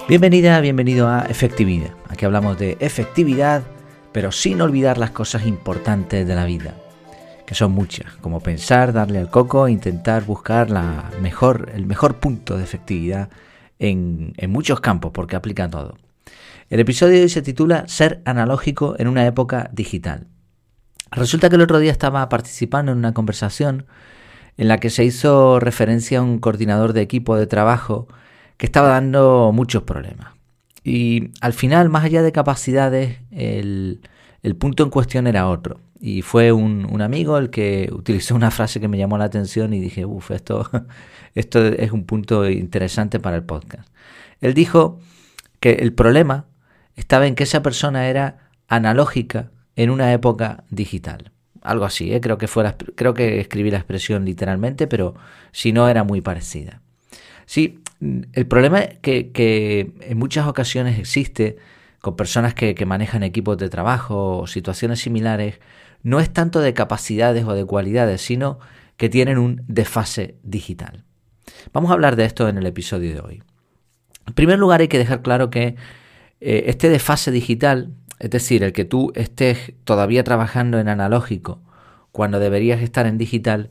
Bienvenida, bienvenido a Efectividad. Aquí hablamos de efectividad, pero sin olvidar las cosas importantes de la vida, que son muchas, como pensar, darle al coco e intentar buscar el mejor punto de efectividad en muchos campos, porque aplica a todo. El episodio de hoy se titula Ser analógico en una época digital. Resulta que el otro día estaba participando en una conversación en la que se hizo referencia a un coordinador de equipo de trabajo que estaba dando muchos problemas. Y al final, más allá de capacidades, el punto en cuestión era otro. Y fue un amigo el que utilizó una frase que me llamó la atención y dije, esto es un punto interesante para el podcast. Él dijo que el problema estaba en que esa persona era analógica en una época digital. Algo así, creo que escribí la expresión literalmente, pero si no era muy parecida. Sí, el problema que en muchas ocasiones existe con personas que manejan equipos de trabajo o situaciones similares no es tanto de capacidades o de cualidades, sino que tienen un desfase digital. Vamos a hablar de esto en el episodio de hoy. En primer lugar, hay que dejar claro que este desfase digital, es decir, el que tú estés todavía trabajando en analógico cuando deberías estar en digital,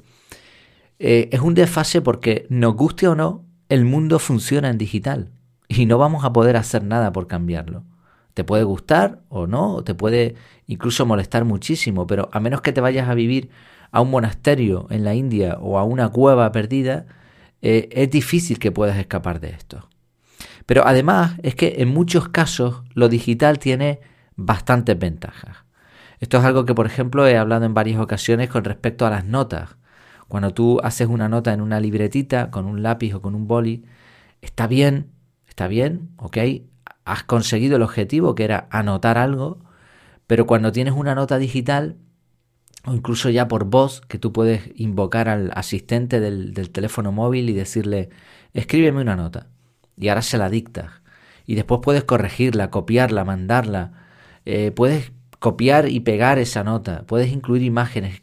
es un desfase porque, nos guste o no, el mundo funciona en digital y no vamos a poder hacer nada por cambiarlo. Te puede gustar o no, o te puede incluso molestar muchísimo, pero a menos que te vayas a vivir a un monasterio en la India o a una cueva perdida, es difícil que puedas escapar de esto. Pero además es que en muchos casos lo digital tiene bastantes ventajas. Esto es algo que, por ejemplo, he hablado en varias ocasiones con respecto a las notas. Cuando tú haces una nota en una libretita con un lápiz o con un boli, está bien, ok, has conseguido el objetivo que era anotar algo, pero cuando tienes una nota digital o incluso ya por voz, que tú puedes invocar al asistente del teléfono móvil y decirle, escríbeme una nota, y ahora se la dictas, y después puedes corregirla, copiarla, mandarla, puedes copiar y pegar esa nota, puedes incluir imágenes,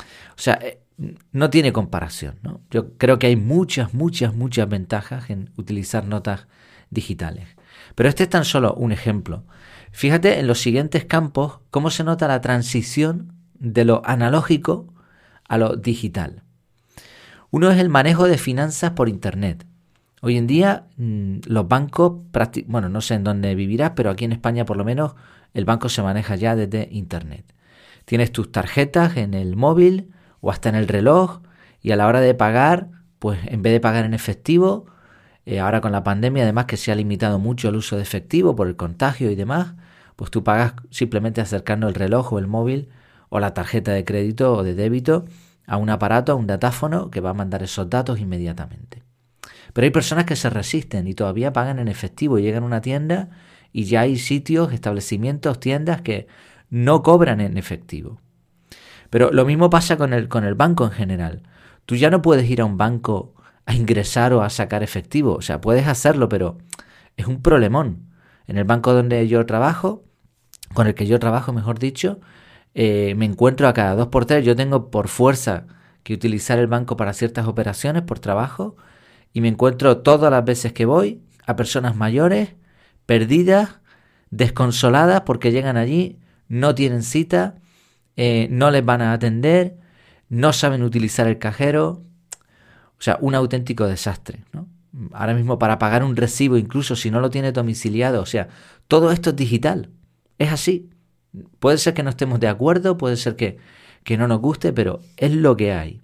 no tiene comparación, ¿no? Yo creo que hay muchas ventajas en utilizar notas digitales. Pero este es tan solo un ejemplo. Fíjate en los siguientes campos cómo se nota la transición de lo analógico a lo digital. Uno es el manejo de finanzas por Internet. Hoy en día los bancos, no sé en dónde vivirás, pero aquí en España por lo menos el banco se maneja ya desde Internet. Tienes tus tarjetas en el móvil o hasta en el reloj, y a la hora de pagar, pues en vez de pagar en efectivo, ahora con la pandemia además que se ha limitado mucho el uso de efectivo por el contagio y demás, pues tú pagas simplemente acercando el reloj o el móvil o la tarjeta de crédito o de débito a un aparato, a un datáfono que va a mandar esos datos inmediatamente. Pero hay personas que se resisten y todavía pagan en efectivo y llegan a una tienda y ya hay sitios, establecimientos, tiendas que no cobran en efectivo. Pero lo mismo pasa con el banco en general. Tú ya no puedes ir a un banco a ingresar o a sacar efectivo. O sea, puedes hacerlo, pero es un problemón. En el banco donde yo trabajo, con el que yo trabajo, mejor dicho, me encuentro a cada 2x3. Yo tengo por fuerza que utilizar el banco para ciertas operaciones por trabajo y me encuentro todas las veces que voy a personas mayores, perdidas, desconsoladas porque llegan allí, no tienen cita, no les van a atender, no saben utilizar el cajero, o sea, un auténtico desastre, ¿no? Ahora mismo para pagar un recibo, incluso si no lo tiene domiciliado, o sea, todo esto es digital, es así. Puede ser que no estemos de acuerdo, puede ser que no nos guste, pero es lo que hay.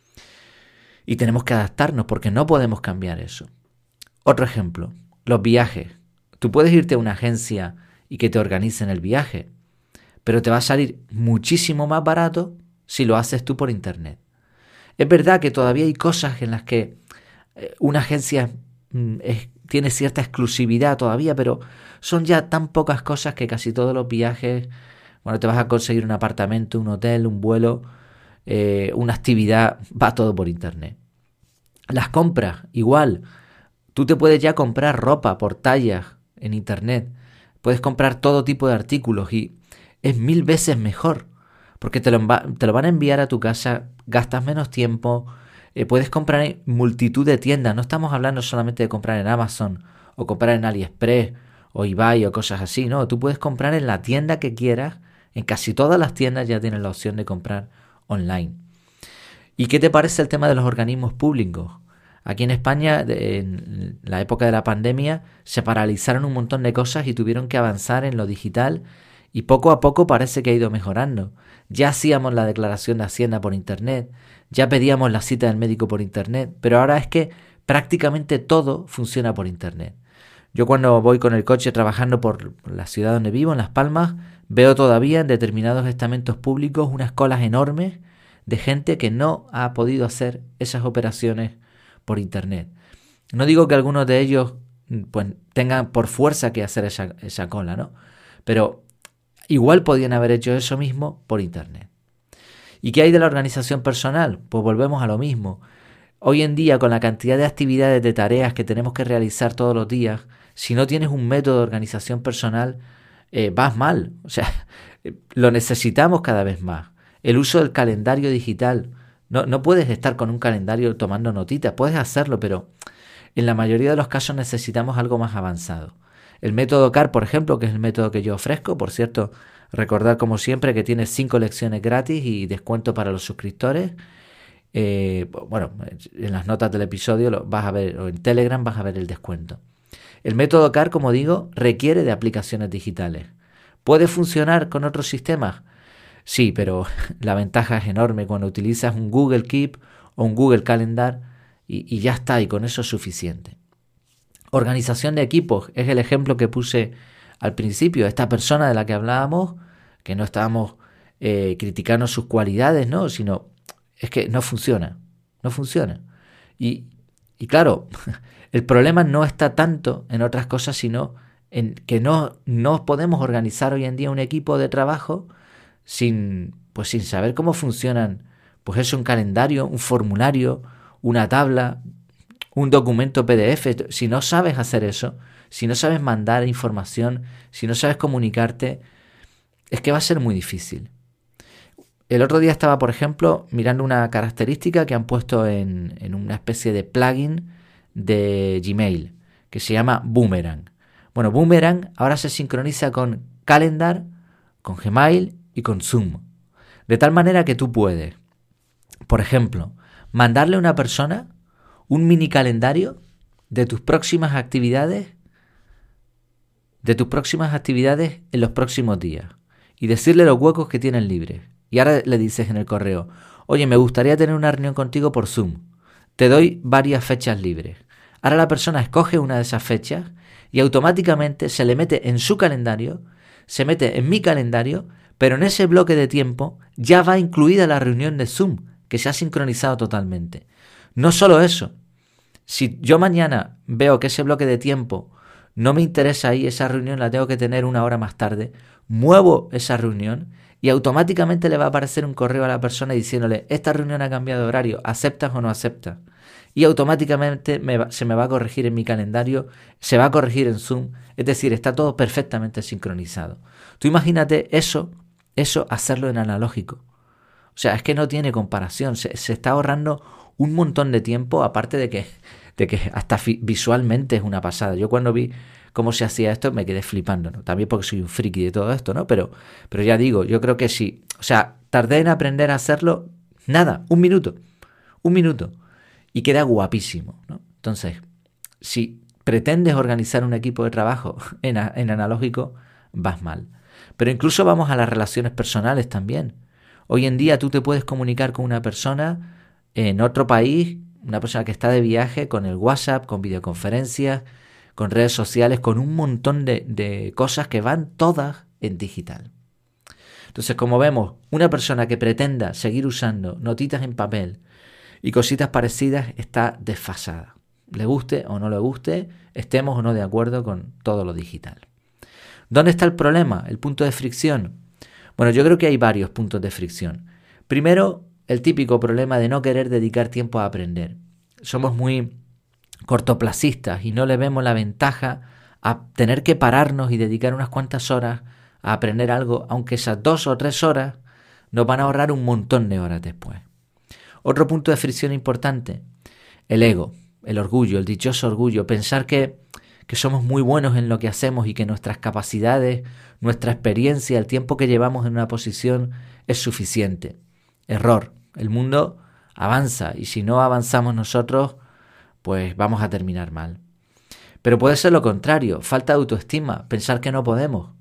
Y tenemos que adaptarnos porque no podemos cambiar eso. Otro ejemplo, los viajes. Tú puedes irte a una agencia y que te organicen el viaje, pero te va a salir muchísimo más barato si lo haces tú por internet. Es verdad que todavía hay cosas en las que una agencia tiene cierta exclusividad todavía, pero son ya tan pocas cosas que casi todos los viajes, te vas a conseguir un apartamento, un hotel, un vuelo, una actividad, va todo por internet. Las compras, igual. Tú te puedes ya comprar ropa por tallas en internet. Puedes comprar todo tipo de artículos y es 1000 veces mejor porque te lo van a enviar a tu casa, gastas menos tiempo, puedes comprar en multitud de tiendas. No estamos hablando solamente de comprar en Amazon o comprar en AliExpress o eBay o cosas así, no, tú puedes comprar en la tienda que quieras, en casi todas las tiendas ya tienes la opción de comprar online. ¿Y qué te parece el tema de los organismos públicos? Aquí en España, en la época de la pandemia, se paralizaron un montón de cosas y tuvieron que avanzar en lo digital y poco a poco parece que ha ido mejorando. Ya hacíamos la declaración de Hacienda por internet, ya pedíamos la cita del médico por internet, pero ahora es que prácticamente todo funciona por internet. Yo cuando voy con el coche trabajando por la ciudad donde vivo, en Las Palmas, veo todavía en determinados estamentos públicos unas colas enormes de gente que no ha podido hacer esas operaciones por internet. No digo que algunos de ellos pues tengan por fuerza que hacer esa cola, ¿no? Pero igual podían haber hecho eso mismo por internet. ¿Y qué hay de la organización personal? Pues volvemos a lo mismo. Hoy en día, con la cantidad de actividades, de tareas que tenemos que realizar todos los días, si no tienes un método de organización personal, vas mal. O sea, lo necesitamos cada vez más. El uso del calendario digital. No puedes estar con un calendario tomando notitas. Puedes hacerlo, pero en la mayoría de los casos necesitamos algo más avanzado. El método CAR, por ejemplo, que es el método que yo ofrezco, por cierto, recordar como siempre que tienes 5 lecciones gratis y descuento para los suscriptores. Bueno, en las notas del episodio lo vas a ver, o en Telegram vas a ver el descuento. El método CAR, como digo, requiere de aplicaciones digitales. ¿Puede funcionar con otros sistemas? Sí, pero la ventaja es enorme cuando utilizas un Google Keep o un Google Calendar y ya está, y con eso es suficiente. Organización de equipos es el ejemplo que puse al principio. Esta persona de la que hablábamos, que no estábamos criticando sus cualidades, ¿no? Sino es que no funciona. Y claro, el problema no está tanto en otras cosas, sino en que no podemos organizar hoy en día un equipo de trabajo sin saber cómo funcionan, pues eso, un calendario, un formulario, una tabla, un documento PDF. Si no sabes hacer eso, si no sabes mandar información, si no sabes comunicarte, es que va a ser muy difícil. El otro día estaba, por ejemplo, mirando una característica que han puesto en una especie de plugin de Gmail, que se llama Boomerang. Bueno, Boomerang ahora se sincroniza con Calendar, con Gmail y con Zoom. De tal manera que tú puedes, por ejemplo, mandarle a una persona un mini calendario de tus próximas actividades en los próximos días y decirle los huecos que tienes libres. Y ahora le dices en el correo: oye, me gustaría tener una reunión contigo por Zoom. Te doy varias fechas libres. Ahora la persona escoge una de esas fechas y automáticamente se le mete en su calendario, se mete en mi calendario, pero en ese bloque de tiempo ya va incluida la reunión de Zoom, que se ha sincronizado totalmente. No solo eso, si yo mañana veo que ese bloque de tiempo no me interesa ahí, esa reunión la tengo que tener una hora más tarde, muevo esa reunión y automáticamente le va a aparecer un correo a la persona diciéndole: esta reunión ha cambiado de horario, ¿aceptas o no aceptas? Y automáticamente se me va a corregir en mi calendario, se va a corregir en Zoom, es decir, está todo perfectamente sincronizado. Tú imagínate eso hacerlo en analógico. O sea, es que no tiene comparación, se está ahorrando un montón de tiempo, aparte de que hasta visualmente es una pasada. Yo cuando vi cómo se hacía esto me quedé flipando, ¿no? También porque soy un friki de todo esto, ¿no? Pero ya digo, yo creo que sí. O sea, tardé en aprender a hacerlo, nada, un minuto. Y queda guapísimo, ¿no? Entonces, si pretendes organizar un equipo de trabajo en analógico, vas mal. Pero incluso vamos a las relaciones personales también. Hoy en día tú te puedes comunicar con una persona en otro país, una persona que está de viaje, con el WhatsApp, con videoconferencias, con redes sociales, con un montón de cosas que van todas en digital. Entonces, como vemos, una persona que pretenda seguir usando notitas en papel y cositas parecidas está desfasada. Le guste o no le guste, estemos o no de acuerdo con todo lo digital. ¿Dónde está el problema? ¿El punto de fricción? Bueno, yo creo que hay varios puntos de fricción. Primero, el típico problema de no querer dedicar tiempo a aprender. Somos muy cortoplacistas y no le vemos la ventaja a tener que pararnos y dedicar unas cuantas horas a aprender algo, aunque esas 2 o 3 horas nos van a ahorrar un montón de horas después. Otro punto de fricción importante, el ego, el orgullo, el dichoso orgullo, pensar que que somos muy buenos en lo que hacemos y que nuestras capacidades, nuestra experiencia, el tiempo que llevamos en una posición es suficiente. Error. El mundo avanza y si no avanzamos nosotros, pues vamos a terminar mal. Pero puede ser lo contrario, falta de autoestima, pensar que no podemos.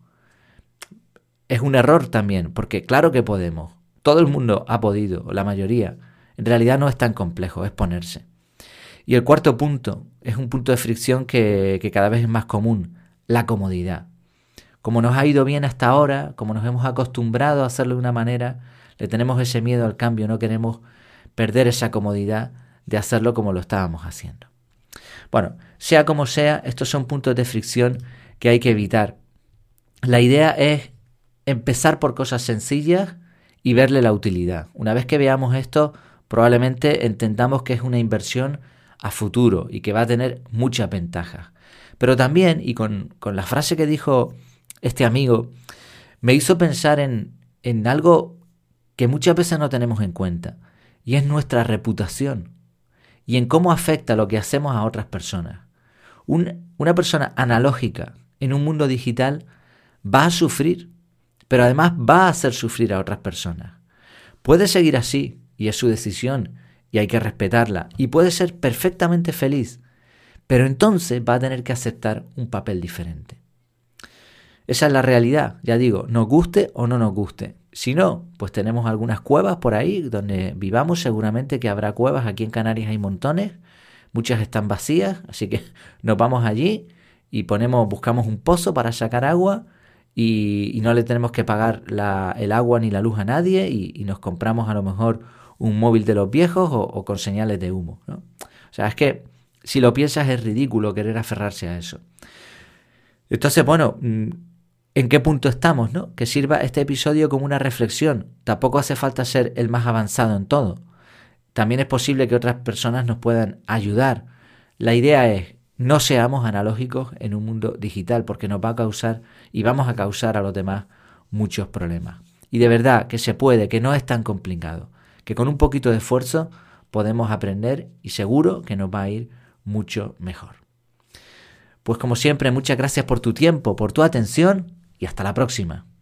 Es un error también, porque claro que podemos. Todo el mundo ha podido, o la mayoría. En realidad no es tan complejo, es ponerse. Y el cuarto punto es un punto de fricción que cada vez es más común, la comodidad. Como nos ha ido bien hasta ahora, como nos hemos acostumbrado a hacerlo de una manera, le tenemos ese miedo al cambio, no queremos perder esa comodidad de hacerlo como lo estábamos haciendo. Bueno, sea como sea, estos son puntos de fricción que hay que evitar. La idea es empezar por cosas sencillas y verle la utilidad. Una vez que veamos esto, probablemente entendamos que es una inversión a futuro y que va a tener muchas ventajas. Pero también, y con la frase que dijo este amigo, me hizo pensar en algo que muchas veces no tenemos en cuenta, y es nuestra reputación, y en cómo afecta lo que hacemos a otras personas. Una persona analógica en un mundo digital va a sufrir, pero además va a hacer sufrir a otras personas. Puede seguir así, y es su decisión, y hay que respetarla, y puede ser perfectamente feliz, pero entonces va a tener que aceptar un papel diferente. Esa es la realidad, ya digo, nos guste o no nos guste. Si no, pues tenemos algunas cuevas por ahí donde vivamos, seguramente que habrá cuevas, aquí en Canarias hay montones, muchas están vacías, así que nos vamos allí y buscamos un pozo para sacar agua y no le tenemos que pagar el agua ni la luz a nadie y nos compramos a lo mejor un móvil de los viejos o con señales de humo, ¿no? O sea, es que si lo piensas es ridículo querer aferrarse a eso. Entonces, bueno, ¿en qué punto estamos, no? Que sirva este episodio como una reflexión. Tampoco hace falta ser el más avanzado en todo. También es posible que otras personas nos puedan ayudar. La idea es, no seamos analógicos en un mundo digital porque nos va a causar y vamos a causar a los demás muchos problemas. Y de verdad que se puede, que no es tan complicado, que con un poquito de esfuerzo podemos aprender y seguro que nos va a ir mucho mejor. Pues como siempre, muchas gracias por tu tiempo, por tu atención y hasta la próxima.